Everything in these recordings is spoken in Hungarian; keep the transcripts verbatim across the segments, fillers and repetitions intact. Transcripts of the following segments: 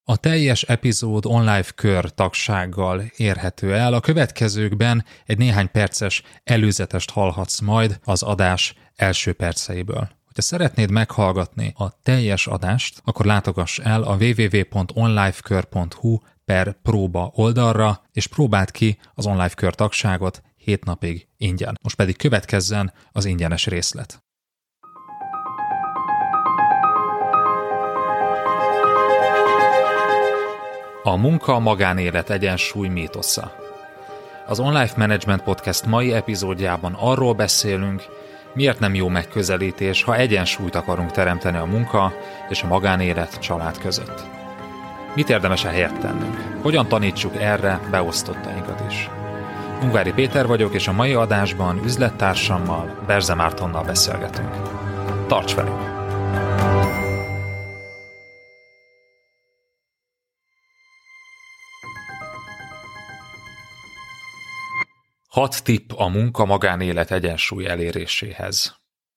A teljes epizód online kör tagsággal érhető el. A következőkben egy néhány perces előzetest hallhatsz majd az adás első perceiből. Ha szeretnéd meghallgatni a teljes adást, akkor látogass el a www pont onlifekör pont hu per próba oldalra, és próbáld ki az online kör tagságot hét napig ingyen. Most pedig következzen az ingyenes részlet. A munka-magánélet egyensúly mítosza. Az Online Management Podcast mai epizódjában arról beszélünk, miért nem jó megközelítés, ha egyensúlyt akarunk teremteni a munka és a magánélet család között. Mit érdemes ehelyett tennünk? Hogyan tanítsuk erre beosztottainkat is? Ungvári Péter vagyok, és a mai adásban üzlettársammal, Berze Mártonnal beszélgetünk. Tarts velünk! Hat tipp a munka-magánélet egyensúly eléréséhez.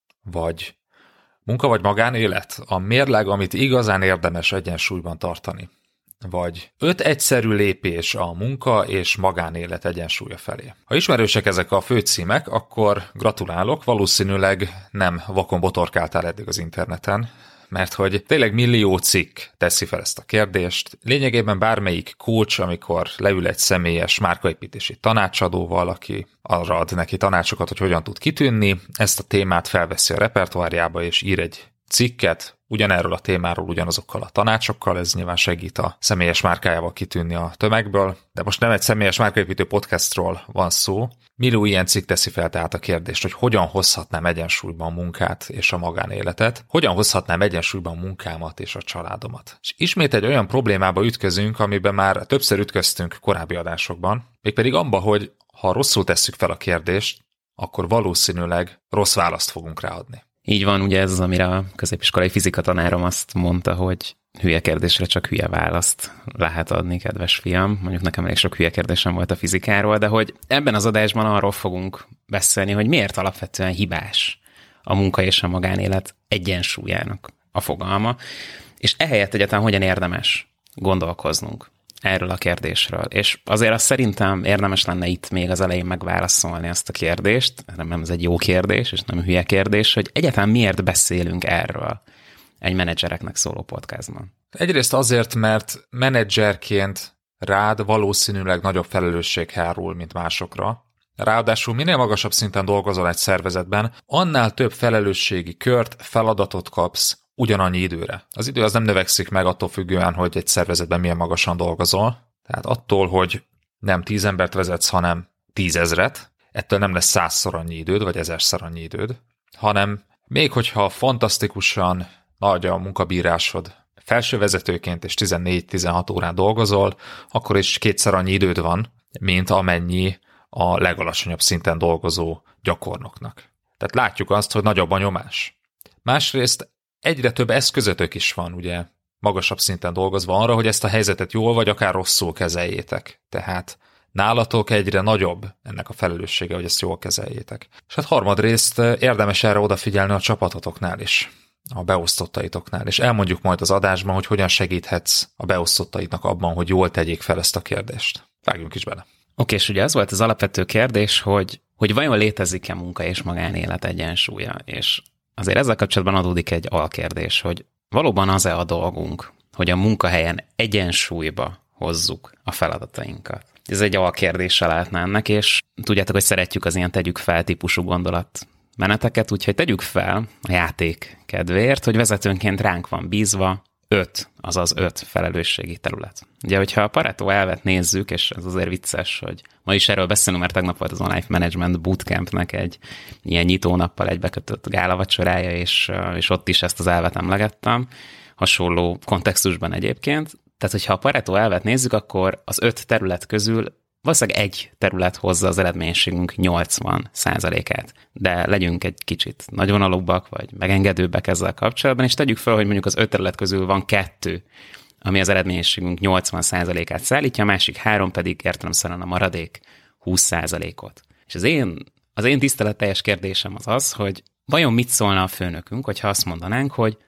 Vagy munka vagy magánélet? A mérleg, amit igazán érdemes egyensúlyban tartani. Vagy öt egyszerű lépés a munka és magánélet egyensúlya felé. Ha ismerősek ezek a főcímek, akkor gratulálok, valószínűleg nem vakon botorkáltál eddig az interneten, mert hogy tényleg millió cikk teszi fel ezt a kérdést. Lényegében bármelyik coach, amikor leül egy személyes márkaépítési tanácsadóval, aki arra ad neki tanácsokat, hogy hogyan tud kitűnni, ezt a témát felveszi a repertoárjába, és ír egy cikket ugyanerről a témáról, ugyanazokkal a tanácsokkal, ez nyilván segít a személyes márkájával kitűnni a tömegből, de most nem egy személyes márkaépítő podcastról van szó. Millió ilyen cikk teszi fel tehát a kérdést, hogy hogyan hozhatnám egyensúlyban a munkát és a magánéletet, hogyan hozhatnám egyensúlyban a munkámat és a családomat. És ismét egy olyan problémába ütközünk, amiben már többször ütköztünk korábbi adásokban, mégpedig abba, hogy ha rosszul tesszük fel a kérdést, akkor valószínűleg rossz választ fogunk ráadni. Így van, ugye ez az, amire a középiskolai fizika tanárom azt mondta, hogy hülye kérdésre csak hülye választ lehet adni, kedves fiam. Mondjuk nekem elég sok hülye kérdésem volt a fizikáról, de hogy ebben az adásban arról fogunk beszélni, hogy miért alapvetően hibás a munka és a magánélet egyensúlyának a fogalma, és ehelyett egyáltalán hogyan érdemes gondolkoznunk erről a kérdésről. És azért azt szerintem érdemes lenne itt még az elején megválaszolni ezt a kérdést, nem ez egy jó kérdés, és nem hülye kérdés, hogy egyáltalán miért beszélünk erről egy menedzsereknek szóló podcastban. Egyrészt azért, mert menedzserként rád valószínűleg nagyobb felelősség hárul, mint másokra. Ráadásul minél magasabb szinten dolgozol egy szervezetben, annál több felelősségi kört, feladatot kapsz ugyanannyi időre. Az idő az nem növekszik meg attól függően, hogy egy szervezetben milyen magasan dolgozol. Tehát attól, hogy nem tíz embert vezetsz, hanem tízezret, ettől nem lesz százszor annyi időd, vagy ezerszer annyi időd, hanem még hogyha fantasztikusan nagy a munkabírásod, felsővezetőként és tizennégy-tizenhat órán dolgozol, akkor is kétszer annyi időd van, mint amennyi a legalacsonyabb szinten dolgozó gyakornoknak. Tehát látjuk azt, hogy nagyobb a nyomás. Másrészt egyre több eszközötök is van, ugye, magasabb szinten dolgozva arra, hogy ezt a helyzetet jól vagy akár rosszul kezeljétek. Tehát nálatok egyre nagyobb ennek a felelőssége, hogy ezt jól kezeljétek. És hát harmadrészt érdemes erre odafigyelni a csapatotoknál is, a beosztottaitoknál, és elmondjuk majd az adásban, hogy hogyan segíthetsz a beosztottaidnak abban, hogy jól tegyék fel ezt a kérdést. Vágjunk is bele. Oké, és ugye az volt az alapvető kérdés, hogy, hogy vajon létezik-e munka és magánélet egyensúlya, és azért ezzel kapcsolatban adódik egy alkérdés, hogy valóban az-e a dolgunk, hogy a munkahelyen egyensúlyba hozzuk a feladatainkat. Ez egy alkérdéssel lehetne ennek, és tudjátok, hogy szeretjük az ilyen tegyük fel típusú gondolatmeneteket, úgyhogy tegyük fel a játék kedvéért, hogy vezetőnként ránk van bízva öt, azaz öt felelősségi terület. Ugye, hogyha a Pareto elvet nézzük, és ez azért vicces, hogy ma is erről beszélünk, mert tegnap volt az Online Management Bootcampnek egy ilyen nyitónappal egybekötött gálavacsorája, és, és ott is ezt az elvet emlegettem, hasonló kontextusban egyébként. Tehát, hogyha a Pareto elvet nézzük, akkor az öt terület közül valószínűleg egy terület hozza az eredményességünk nyolcvan százalékát. De legyünk egy kicsit nagyvonalúbbak, vagy megengedőbbek ezzel kapcsolatban, és tegyük fel, hogy mondjuk az öt terület közül van kettő, ami az eredményességünk nyolcvan százalékát szállítja, a másik három pedig értelemszerűen a maradék húsz százalékot. És az én, az én tiszteletteljes kérdésem az az, hogy vajon mit szólna a főnökünk, hogyha azt mondanánk, hogy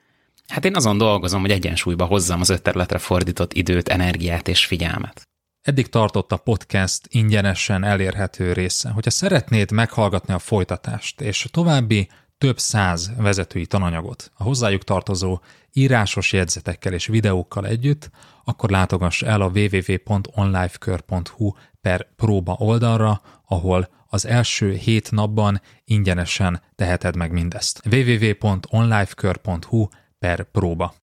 Hát én azon dolgozom, hogy egyensúlyba hozzam az öt területre fordított időt, energiát és figyelmet. Eddig tartott a podcast ingyenesen elérhető része. Hogyha szeretnéd meghallgatni a folytatást és további több száz vezetői tananyagot a hozzájuk tartozó írásos jegyzetekkel és videókkal együtt, akkor látogass el a www pont onlifekör pont hu per próba oldalra, ahol az első hét napban ingyenesen teheted meg mindezt. www pont onlifekör pont hu per próba.